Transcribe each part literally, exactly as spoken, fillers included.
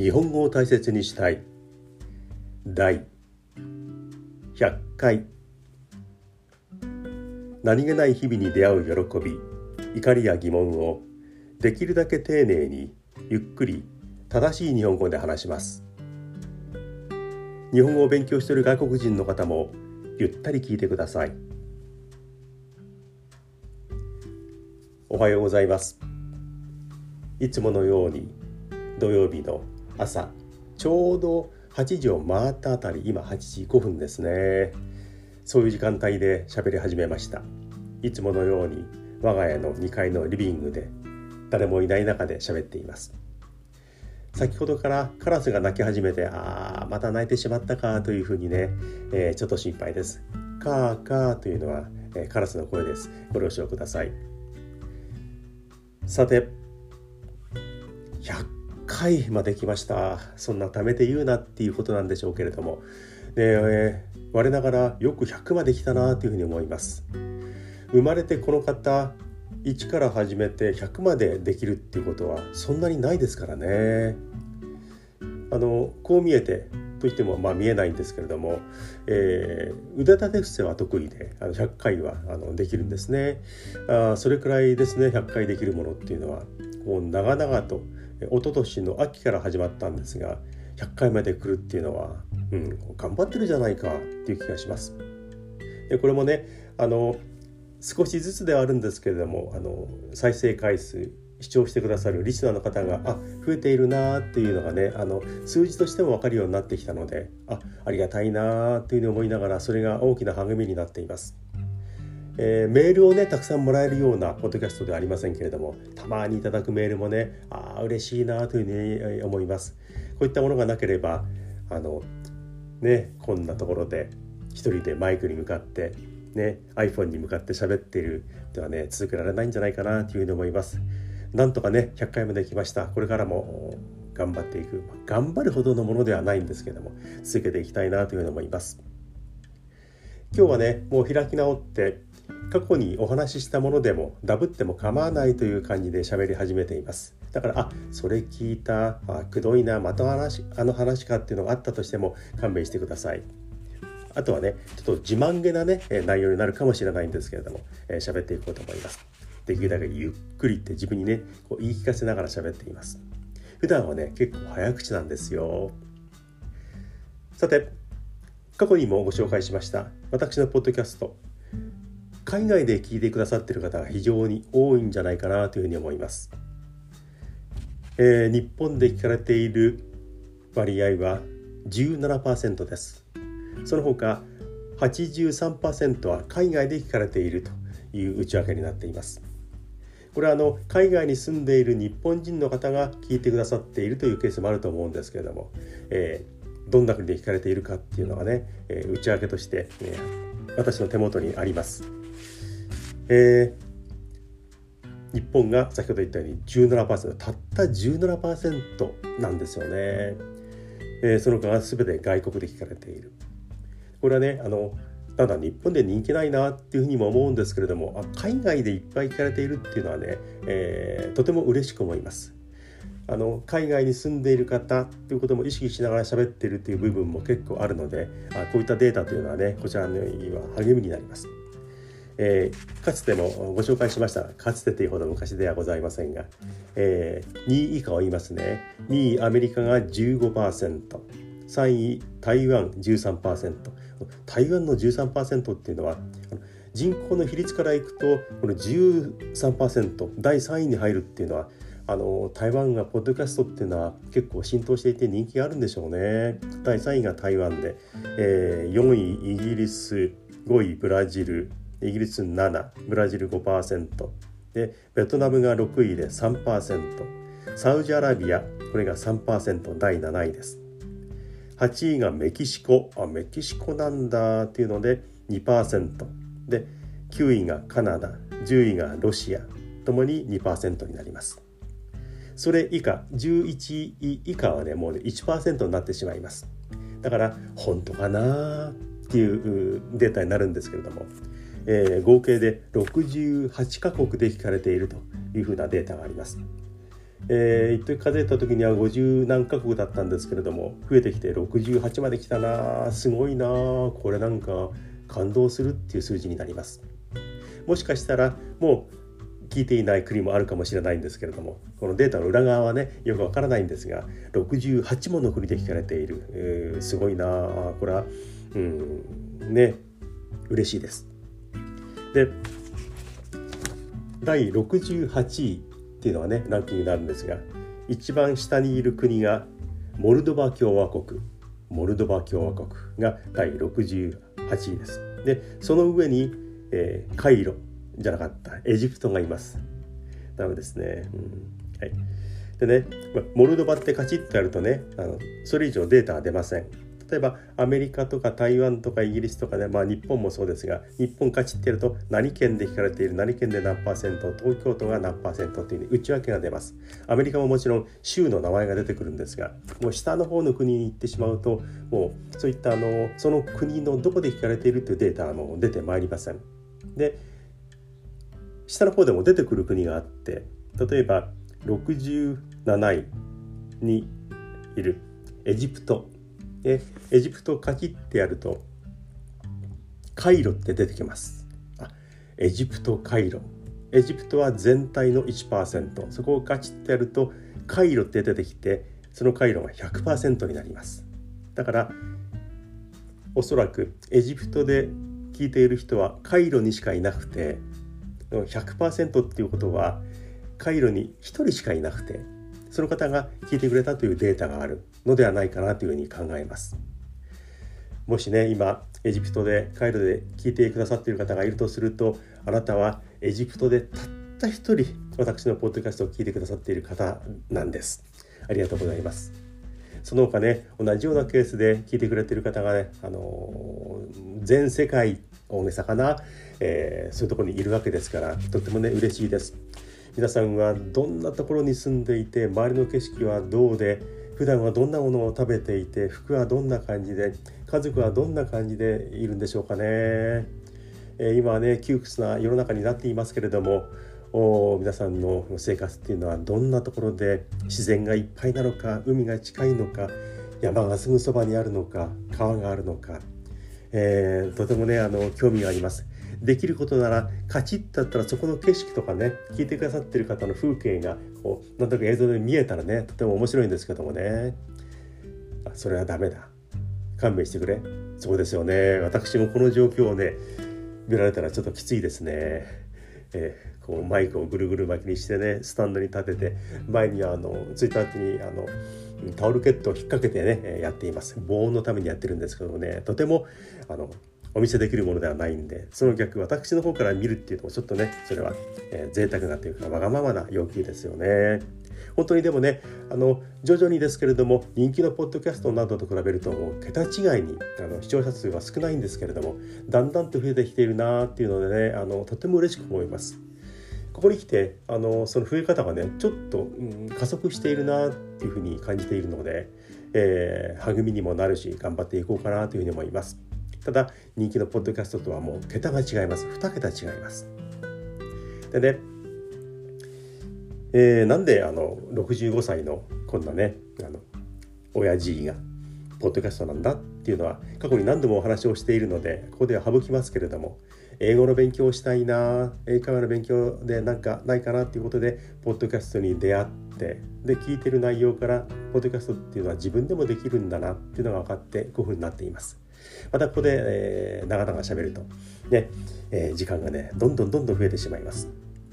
日本語を大切にしたいだいひゃっかい。何気ない日々に出会う喜び、怒りや疑問をできるだけ丁寧にゆっくり正しい日本語で話します。日本語を勉強している外国人の方もゆったり聞いてください。おはようございます。いつものように土曜日の朝、ちょうどはちじを回ったあたり、今はちじごふんですね。そういう時間帯で喋り始めました。いつものように我が家のにかいのリビングで誰もいない中で喋っています。先ほどからカラスが鳴き始めて、あーまた鳴いてしまったかというふうにね、えー、ちょっと心配です。カーカーというのは、えー、カラスの声です。ご了承ください。さて、ひゃっかいまで来ました。そんな貯めて言うなっていうことなんでしょうけれども、で、えー、我ながらよくひゃくまで来たなというふうに思います。生まれてこの方いちから始めてひゃくまでできるっていうことはそんなにないですからね。あのこう見えてといってもまあ見えないんですけれども、えー、腕立て伏せは得意であのひゃっかいはあのできるんですね。あそれくらいですね。ひゃっかいできるものっていうのはこう長々と一昨年の秋から始まったんですが、ひゃっかいまで来るっていうのは、うん、頑張ってるじゃないかっていう気がします。でこれもね、あの少しずつではあるんですけれども、あの再生回数、視聴してくださるリスナーの方があ増えているなっていうのがね、あの数字としても分かるようになってきたので、あありがたいなっていうふうに思いながら、それが大きな励みになっています。えー、メールをねたくさんもらえるようなポッドキャストではありませんけれども、たまにいただくメールもね、あ嬉しいなというふうに思います。こういったものがなければ、あのねこんなところで一人でマイクに向かってね、iPhone に向かって喋っているではね、続けられないんじゃないかなというふうに思います。なんとかね、ひゃっかいまで来ました。これからも頑張っていく。頑張るほどのものではないんですけれども、続けていきたいなというふうに思います。今日はね、もう開き直って、過去にお話ししたものでもダブっても構わないという感じで喋り始めています。だから、あ、それ聞いた、あ、くどいな、また話、あの話かっていうのがあったとしても勘弁してください。あとはね、ちょっと自慢げなね、内容になるかもしれないんですけれども、えー、喋っていこうと思います。できるだけゆっくりって自分にね、こう言い聞かせながら喋っています。普段はね、結構早口なんですよ。さて、過去にもご紹介しました、私のポッドキャスト、海外で聞いてくださっている方が非常に多いんじゃないかなというふうに思います。えー、日本で聞かれている割合は じゅうななパーセント です。その他 はちじゅうさんパーセント は海外で聞かれているという内訳になっています。これはあの海外に住んでいる日本人の方が聞いてくださっているというケースもあると思うんですけれども、えー、どんな国で聞かれているかっていうのがね、えー、内訳として、えー、私の手元にあります。えー、日本が先ほど言ったように じゅうななパーセント、たった じゅうななパーセント なんですよね。えー、その他が全て外国で聞かれている。これはね、あのただ日本で人気ないなっていうふうにも思うんですけれども、あ海外でいっぱい聞かれているっていうのはね、えー、とても嬉しく思います。あの海外に住んでいる方ということも意識しながら喋っているという部分も結構あるので、あこういったデータというのはね、こちらには励みになります。えー、かつてもご紹介しました、かつてというほど昔ではございませんが、えー、にい以下を言いますね。にいアメリカが じゅうごパーセント、さんい台湾 じゅうさんパーセント、台湾の じゅうさんパーセント っていうのは人口の比率からいくとこの じゅうさんパーセント だいさんいに入るっていうのは、あの台湾がポッドキャストっていうのは結構浸透していて人気があるんでしょうね。だいさんいが台湾で、えー、よんいイギリス、ごいブラジル、イギリスなな、ブラジル ごパーセント で、ベトナムがろくいで さんパーセント、サウジアラビアこれが さんパーセント、だいなないです。はちいがメキシコ、あメキシコなんだっていうので にパーセント で、きゅういがカナダ、じゅういがロシア、ともに にパーセント になります。それ以下じゅういちい以下はね、もう、ね、いちパーセント になってしまいます。だから本当かなっていうデータになるんですけれども、えー、合計でろくじゅうはちカ国で聞かれているというふうなデータがあります。 えー、一時数えた時にはごじゅう何カ国だったんですけれども、増えてきてろくじゅうはちまで来たな、すごいな、これなんか感動するっていう数字になります。もしかしたらもう聞いていない国もあるかもしれないんですけれども、このデータの裏側はねよくわからないんですが、ろくじゅうはちもの国で聞かれている、えー、すごいな、これはうんね嬉しいです。でだいろくじゅうはちいっていうのはねランキングになるんですが、一番下にいる国がモルドバ共和国モルドバ共和国がだいろくじゅうはちいです。でその上に、えー、カイロじゃなかったエジプトがいます。なのでですね、うんはい、でね、モルドバってカチッとやるとね、あのそれ以上データは出ません。例えばアメリカとか台湾とかイギリスとかね、まあ、日本もそうですが、日本カチッてやると何県で聞かれている、何県で何パーセント、東京都が何パーセントという内訳が出ます。アメリカももちろん州の名前が出てくるんですが、もう下の方の国に行ってしまうと、もうそういったあのその国のどこで聞かれているというデータはもう出てまいりません。で下の方でも出てくる国があって、例えばろくじゅうなないにいるエジプト、エジプトをカチッてやるとカイロって出てきます。あ、エジプトカイロ、エジプトは全体の いちパーセント、そこをカチッてやるとカイロって出てきて、そのカイロが ひゃくパーセント になります。だからおそらくエジプトで聞いている人はカイロにしかいなくて、ひゃくパーセント っていうことはカイロにひとりしかいなくて、その方が聞いてくれたというデータがあるのではないかなというふうに考えます。もしね今エジプトでカイロで聞いてくださっている方がいるとすると、あなたはエジプトでたった一人私のポッドキャストを聞いてくださっている方なんです。ありがとうございます。その他ね、同じようなケースで聞いてくれている方がね、あの全世界大げさかな、えー、そういうところにいるわけですから、とってもね嬉しいです。皆さんはどんなところに住んでいて、周りの景色はどうで、普段はどんなものを食べていて、服はどんな感じで、家族はどんな感じでいるんでしょうかね。えー、今はね窮屈な世の中になっていますけれども、お皆さんの生活っていうのはどんなところで、自然がいっぱいなのか、海が近いのか、山がすぐそばにあるのか、川があるのか、えー、とてもねあの興味があります。できることならカチッとだったらそこの景色とかね、聞いてくださっている方の風景がこうなんとなく映像で見えたらね、とても面白いんですけどもね。あ、それはダメだ、勘弁してくれ。そうですよね、私もこの状況をね見られたらちょっときついですね。えー、こうマイクをぐるぐる巻きにしてね、スタンドに立てて、前にはあのついた後にあのタオルケットを引っ掛けてねやっています。防音のためにやってるんですけどもね、とてもあのお見せできるものではないんで、その逆私の方から見るっていうのもちょっとね、それは、えー、贅沢なというかわがままな要求ですよね。本当にでもね、あの徐々にですけれども、人気のポッドキャストなどと比べるともう桁違いにあの視聴者数は少ないんですけれども、だんだんと増えてきているなっていうのでね、あのとても嬉しく思います。ここに来てあのその増え方がねちょっと、うん、加速しているなっていうふうに感じているので、えー、励みにもなるし頑張っていこうかなというふうに思います。ただ人気のポッドキャストとはもう桁が違います。に桁違います。でね、えー、なんであのろくじゅうごさいのこんなねあの親父がポッドキャストなんだっていうのは過去に何度もお話をしているので、ここでは省きますけれども、英語の勉強をしたいな、英会話の勉強でなんかないかなっていうことでポッドキャストに出会って、で聞いてる内容からポッドキャストっていうのは自分でもできるんだなっていうのが分かってこういうふうになっています。またここで、えー、長々喋るとね、えー、時間がねどんどんどんどん増えてしまいます。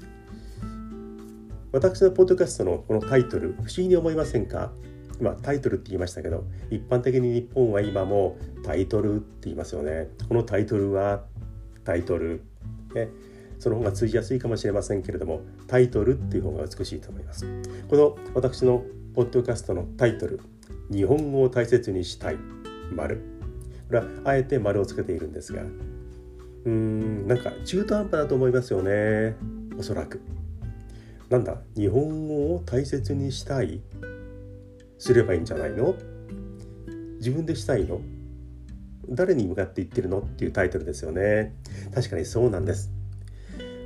私のポッドキャストのこのタイトル、不思議に思いませんか？今タイトルって言いましたけど、一般的に日本は今もタイトルって言いますよね。このタイトルはタイトル、ね、その方が通じやすいかもしれませんけれども、タイトルっていう方が美しいと思います。この私のポッドキャストのタイトル、日本語を大切にしたい丸、これはあえて丸をつけているんですが、うーんなんか中途半端だと思いますよね。おそらくなんだ、日本語を大切にしたいすればいいんじゃないの？自分でしたいの？誰に向かって言ってるのっていうタイトルですよね。確かにそうなんです。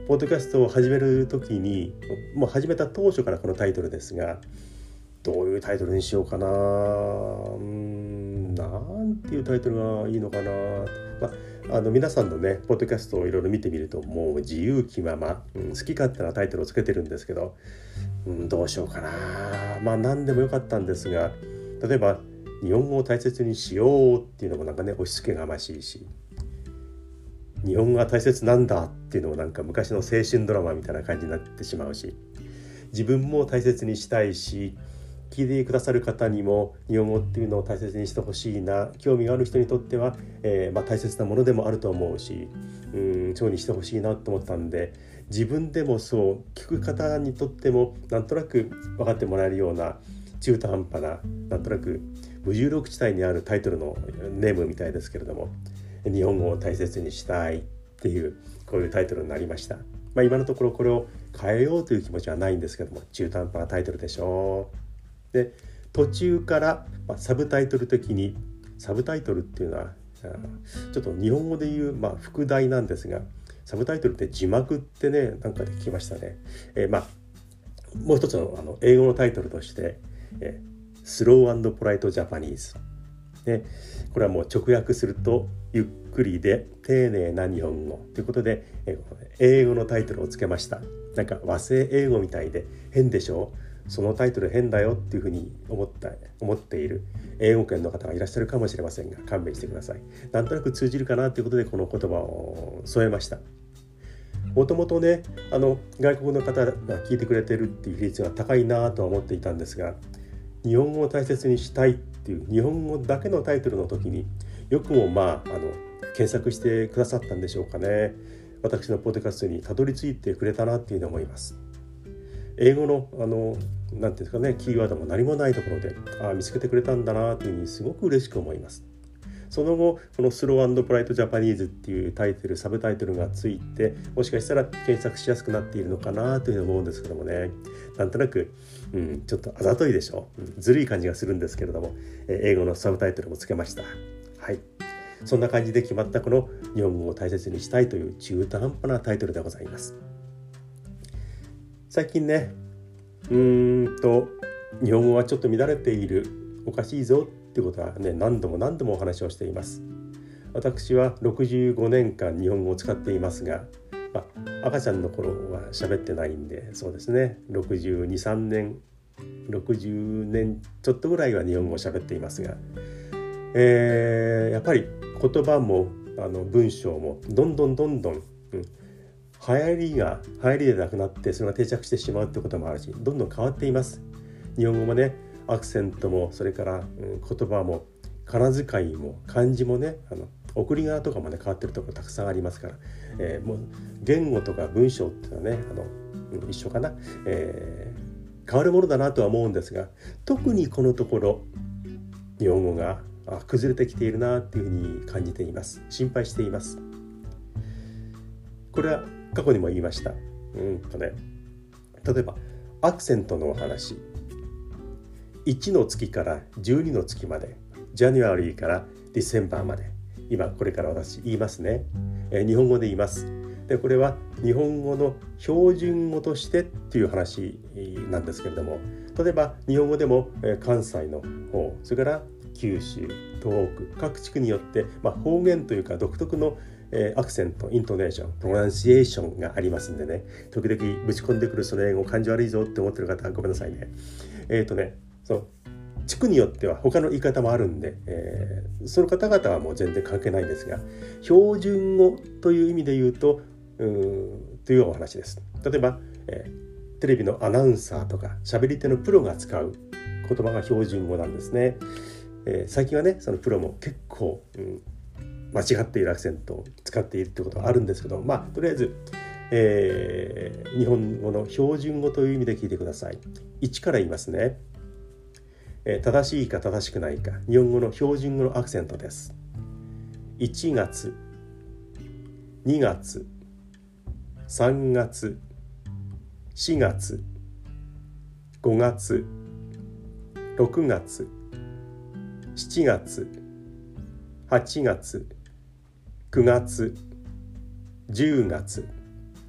ポッドキャストを始める時に、もう始めた当初からこのタイトルですが、どういうタイトルにしようかな、うーんなんていうタイトルがいいのかな、まあ、あの皆さんのねポッドキャストをいろいろ見てみると、もう自由気まま、うん、好き勝手なタイトルをつけてるんですけど、うん、どうしようかな、まあ何でもよかったんですが、例えば日本語を大切にしようっていうのもなんかね押し付けがましいし、日本語が大切なんだっていうのもなんか昔の青春ドラマみたいな感じになってしまうし、自分も大切にしたいし、聞いてくださる方にも日本語っていうのを大切にしてほしいな、興味がある人にとっては、えーまあ、大切なものでもあると思うし、うんそうにしてほしいなと思ったんで、自分でもそう聞く方にとってもなんとなく分かってもらえるような中途半端な、なんとなく無重力地帯にあるタイトルのネームみたいですけれども、日本語を大切にしたいっていうこういうタイトルになりました。まあ、今のところこれを変えようという気持ちはないんですけども、中途半端なタイトルでしょう。で途中から、まあ、サブタイトル的に、サブタイトルっていうのはちょっと日本語で言う、まあ、副題なんですが、サブタイトルって字幕ってねなんかで聞きましたね。えー、まあもう一つ の, あの英語のタイトルとして、えー、スロー&ポライトジャパニーズ、ね、これはもう直訳するとゆっくりで丁寧な日本語ということで、えー、英語のタイトルをつけました。なんか和製英語みたいで変でしょう、そのタイトル変だよっていうふうに思った思っている英語圏の方がいらっしゃるかもしれませんが、勘弁してください。なんとなく通じるかなということでこの言葉を添えました。もともとね、あの外国の方が聞いてくれてるっていう比率が高いなとは思っていたんですが、日本語を大切にしたいっていう日本語だけのタイトルの時によくもまああの検索してくださったんでしょうかね。私のポッドキャストにたどり着いてくれたなっていうふうに思います。英語のあのなんていうんですかね、キーワードも何もないところであ見つけてくれたんだなというふうにすごく嬉しく思います。その後このスロー&ポライトジャパニーズっていうタイトル、サブタイトルがついて、もしかしたら検索しやすくなっているのかなというふうに思うんですけどもね、なんとなく、うん、ちょっとあざといでしょ、うん、ずるい感じがするんですけれども、えー、英語のサブタイトルもつけました。はい、そんな感じで決まったこの日本語を大切にしたいという中途半端なタイトルでございます。最近ね、うーんと日本語はちょっと乱れている、おかしいぞっていうことはね何度も何度もお話をしています。私はろくじゅうごねんかん日本語を使っていますが、まあ、赤ちゃんの頃は喋ってないんで、そうですねろくじゅうに、さんねんろくじゅうねんちょっとぐらいは日本語を喋っていますが、えー、やっぱり言葉もあの文章もどんどんどんどん、うん、流行りが流行りでなくなってそれが定着してしまうってこともあるし、どんどん変わっています。日本語もね、アクセントもそれから、うん、言葉も仮名遣いも漢字もね、あの送り仮名とかもね変わってるところたくさんありますから、えー、もう言語とか文章っていうのはねあの、うん、一緒かな、えー、変わるものだなとは思うんですが、特にこのところ日本語が崩れてきているなっていうふうに感じています。心配しています。これは過去にも言いました。うんとね、例えばアクセントのお話、いちの月からじゅうにの月まで、ジャニュアリーからディセンバーまで、今これから私言いますね、えー、日本語で言います。でこれは日本語の標準語としてっていう話なんですけれども、例えば日本語でも、えー、関西の方、それから九州、東北各地区によって、まあ、方言というか独特のえー、アクセント、イントネーション、プロナンシエーションがありますんでね、時々ぶち込んでくるその英語感じ悪いぞって思ってる方はごめんなさいね。えっとね、そう地区によっては他の言い方もあるんで、えー、その方々はもう全然関係ないんですが、標準語という意味で言うと、うーんというお話です。例えば、えー、テレビのアナウンサーとか喋り手のプロが使う言葉が標準語なんですね。えー、最近はね、そのプロも結構、うん間違っているアクセントを使っているということがあるんですけど、まあとりあえず、えー、日本語の標準語という意味で聞いてください。いちから言いますね、えー、正しいか正しくないか、日本語の標準語のアクセントです。いちがつ、にがつ、さんがつ、しがつ、ごがつ、ろくがつ、しちがつ、はちがつ、くがつ、じゅうがつ、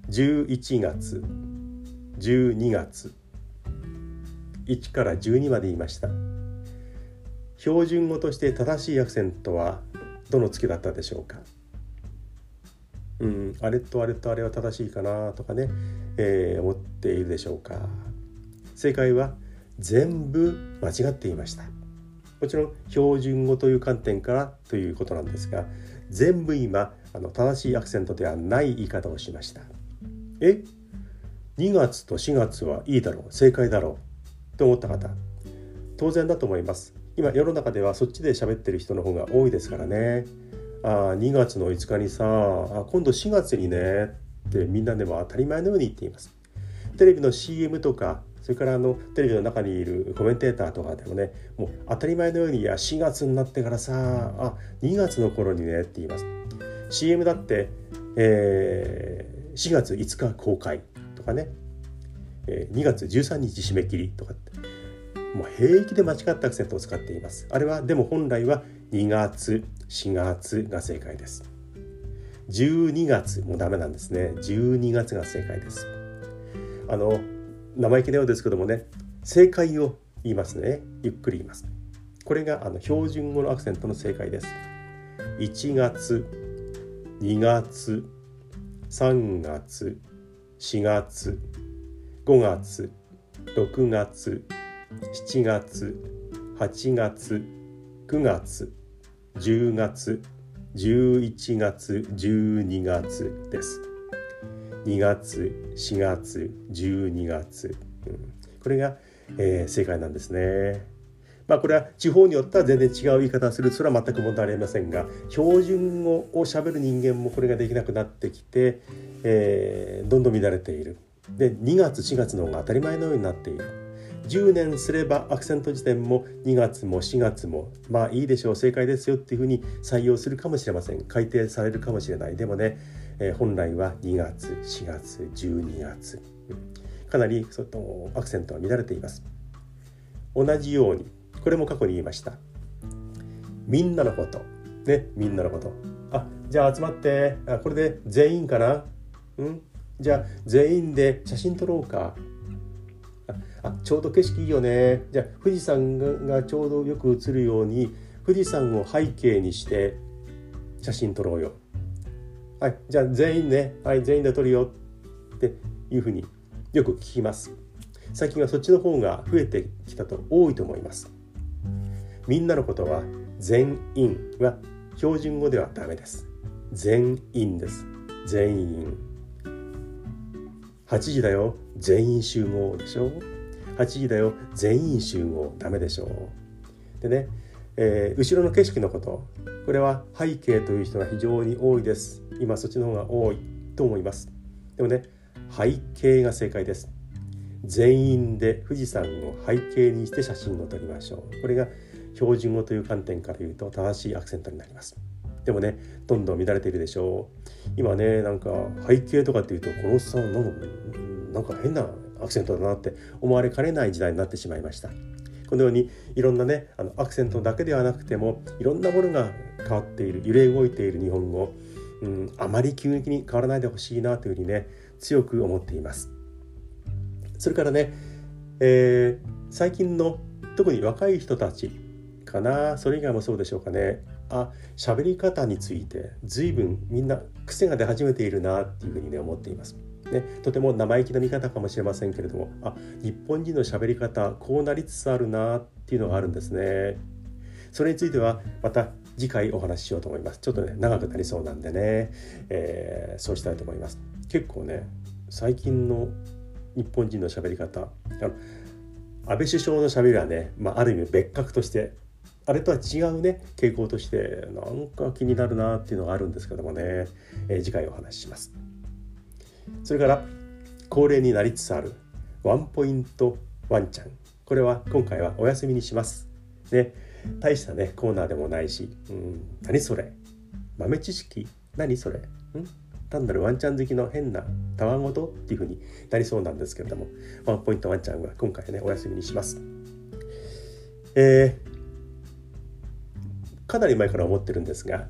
じゅういちがつ、じゅうにがつ、いちからじゅうにまで言いました。標準語として正しいアクセントはどの月だったでしょうか。うん、あれとあれとあれは正しいかなとかね、えー、思っているでしょうか。正解は全部間違っていました。もちろん標準語という観点からということなんですが、全部今あの正しいアクセントではない言い方をしました。えにがつとしがつはいいだろう、正解だろうと思った方、当然だと思います。今世の中ではそっちで喋ってる人の方が多いですからね。あにがつのいつかにさあ、今度しがつにねってみんなでも当たり前のように言っています。テレビの シーエム とか、それからあのテレビの中にいるコメンテーターとかでもね、もう当たり前のように、いやしがつになってからさあにがつの頃にねって言います。 シーエム だって、えー、しがついつか公開とかね、えー、にがつじゅうさんにち締め切りとかって、もう平気で間違ったアクセントを使っています。あれはでも本来はにがつ、しがつが正解です。じゅうにがつもダメなんですね。じゅうにがつが正解です。あの生意気なようですけどもね、正解を言いますね。ゆっくり言います。これがあの標準語のアクセントの正解です。いちがつ、にがつ、さんがつ、しがつ、ごがつ、ろくがつ、しちがつ、はちがつ、くがつ、じゅうがつ、じゅういちがつ、じゅうにがつです。にがつ、しがつ、じゅうにがつ、うん、これが、えー、正解なんですね。まあこれは地方によっては全然違う言い方をする、それは全く問題ありませんが、標準語を喋る人間もこれができなくなってきて、えー、どんどん乱れている。でにがつしがつの方が当たり前のようになっている。じゅうねんすればアクセント辞典もにがつもしがつもまあいいでしょう、正解ですよっていうふうに採用するかもしれません。改定されるかもしれない。でもね、えー、本来はにがつ、しがつ、じゅうにがつ、うん、かなりそのアクセントは乱れています。同じようにこれも過去に言いました。みんなのことね、みんなのこと、あ、じゃあ集まって、あ、これで全員かな、うん、じゃあ全員で写真撮ろうか、あ、ちょうど景色いいよね、じゃあ富士山がちょうどよく映るように富士山を背景にして写真撮ろうよ、はい、じゃあ全員ね、はい、全員で撮るよっていうふうによく聞きます。最近はそっちの方が増えてきたと多いと思います。みんなのことは全員は標準語ではダメです。全員です。全員。はちじだよ、全員集合でしょ。はちじだよ、全員集合、ダメでしょう。でね、えー、後ろの景色のこと、これは背景という人が非常に多いです。今そっちの方が多いと思います。でもね、背景が正解です。全員で富士山を背景にして写真を撮りましょう。これが標準語という観点から言うと正しいアクセントになります。でもね、どんどん乱れているでしょう。今ね、なんか背景とかっていうと、このおっさんなんか変なアクセントだなって思われかねない時代になってしまいました。このようにいろんなね、あのアクセントだけではなくてもいろんなものが変わっている、揺れ動いている日本語、うん、あまり急激に変わらないでほしいなというふうにね、強く思っています。それからね、えー、最近の特に若い人たちかな、それ以外もそうでしょうかね、あ、喋り方について随分みんな癖が出始めているなっていうふうにね思っています、ね、とても生意気な見方かもしれませんけれども、あ、日本人の喋り方こうなりつつあるなっていうのがあるんですね。それについてはまた次回お話ししようと思います。ちょっとね長くなりそうなんでね、えー、そうしたいと思います。結構ね、最近の日本人の喋り方、あの安倍首相の喋りはね、まあ、ある意味別格としてあれとは違うね傾向としてなんか気になるなっていうのがあるんですけどもね、えー、次回お話しします。それから恒例になりつつあるワンポイントワンちゃん、これは今回はお休みにしますね。大したねコーナーでもないし、うん、何それ豆知識、何それ、ん単なるワンちゃん好きの変なたわごとっていう風になりそうなんですけれども、ワンポイントワンちゃんは今回ねお休みにします。えー、かなり前から思ってるんですが、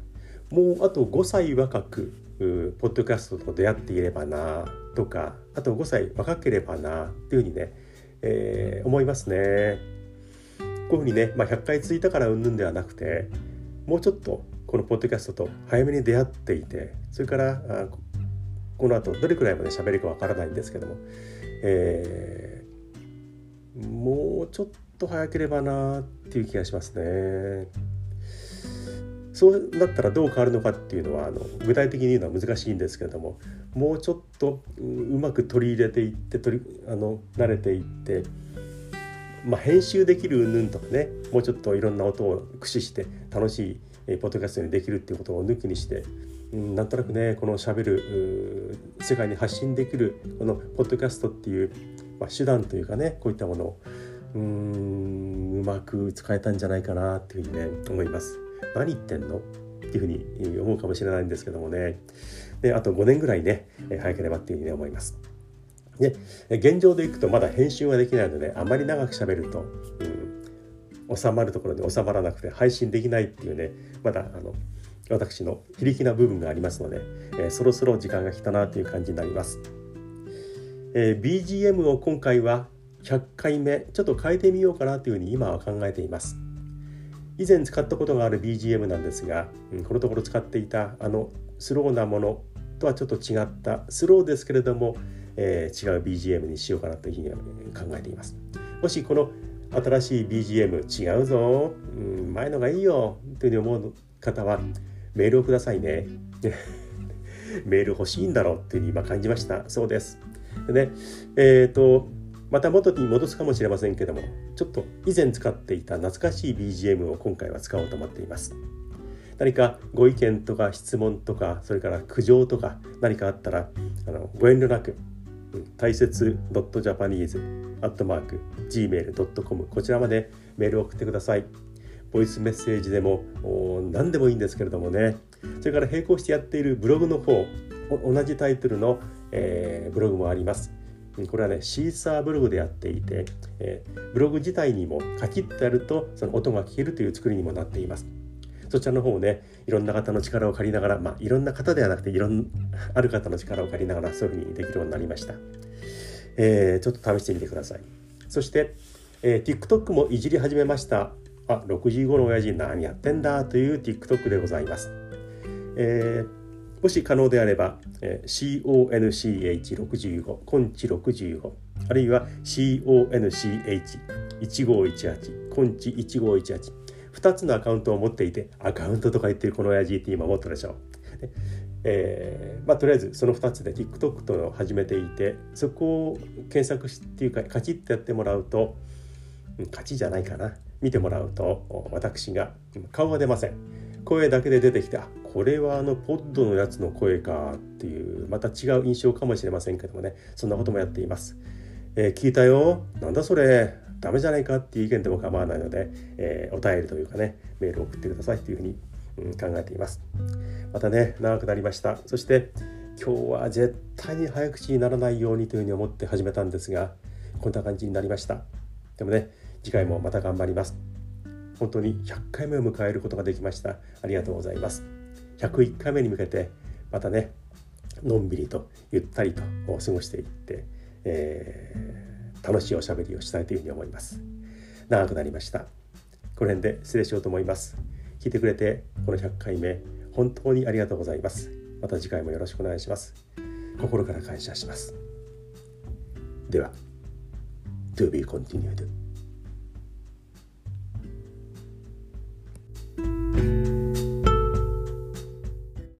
もうあとごさい若くポッドキャストと出会っていればなとか、あとごさい若ければなっていうふうにね、えー、思いますね。こういうふうにね、まあ、ひゃっかい続いたからうんぬんではなくて、もうちょっとこのポッドキャストと早めに出会っていて、それからあこの後どれくらいまで喋るかわからないんですけども、えー、もうちょっと早ければなっていう気がしますね。そうなったらどう変わるのかっていうのはあの具体的に言うのは難しいんですけれども、もうちょっとうまく取り入れていって取りあの慣れていって、まあ、編集できる云々とかね、もうちょっといろんな音を駆使して楽しいポッドキャストにできるっていうことを抜きにして、うん、なんとなくねこのしゃべる世界に発信できるこのポッドキャストっていう、まあ、手段というかね、こういったものをうーんうまく使えたんじゃないかなっていうふうにね思います。何言ってんのっていうふうに思うかもしれないんですけどもね。であとごねんぐらいね早ければっていうふうに思います。で現状でいくとまだ編集はできないので、あまり長く喋ると、うん、収まるところに収まらなくて配信できないっていうね、まだあの私の非力な部分がありますので、えー、そろそろ時間が来たなという感じになります。えー、ビージーエム を今回はひゃっかいめちょっと変えてみようかなというふうに今は考えています。以前使ったことがある ビージーエム なんですが、うん、このところ使っていたあのスローなものとはちょっと違ったスローですけれども、えー、違う ビージーエム にしようかなというふうに考えています。もしこの新しい ビージーエム 違うぞ、うん、前のがいいよというふうに思う方はメールをくださいね。メール欲しいんだろうっていうふうに今感じました。そうです。でね、えっとまた元に戻すかもしれませんけども、ちょっと以前使っていた懐かしい ビージーエム を今回は使おうと思っています。何かご意見とか質問とか、それから苦情とか何かあったらあのご遠慮なく、大切 ドットジャパニーズ アットマーク ジーメール ドットコム こちらまでメールを送ってください。ボイスメッセージでも何でもいいんですけれどもね。それから並行してやっているブログの方、同じタイトルの、えー、ブログもあります。これはねシーサーブログでやっていて、えー、ブログ自体にもカチッとやるとその音が聞けるという作りにもなっています。そちらの方をねいろんな方の力を借りながら、まあいろんな方ではなくていろんある方の力を借りながらそういうふうにできるようになりました。えー、ちょっと試してみてください。そして、えー、TikTok もいじり始めました。あ、ろくじごの親父何やってんだという TikTok でございます。えーもし可能であれば、えー、シーオーエヌシーエイチろくじゅうご、コンチろくじゅうご、あるいは シーオーエヌシーエイチいちごいちはち、コンチいちごいちはち、ふたつのアカウントを持っていて、アカウントとか言ってるこの親父って今思ったでしょう。でえーまあ、とりあえずそのふたつで TikTok と始めていて、そこを検索しっていうかカチッとやってもらうと、カチじゃないかな、見てもらうと私が顔が出ません。声だけで出てきて、あ、これはあのポッドのやつの声かっていうまた違う印象かもしれませんけどもね、そんなこともやっています。えー、聞いたよ、なんだそれダメじゃないかっていう意見でも構わないので、えー、お便りというかねメールを送ってくださいというふうに、うん、考えています。またね長くなりました。そして今日は絶対に早口にならないようにというふうに思って始めたんですが、こんな感じになりました。でもね次回もまた頑張ります。本当にひゃっかいめを迎えることができました。ありがとうございます。ひゃくいっかいめに向けてまたねのんびりとゆったりと過ごしていって、えー、楽しいおしゃべりをしたいというふうに思います。長くなりました。この辺で失礼しようと思います。聞いてくれてこのひゃっかいめ本当にありがとうございます。また次回もよろしくお願いします。心から感謝します。では To be continued。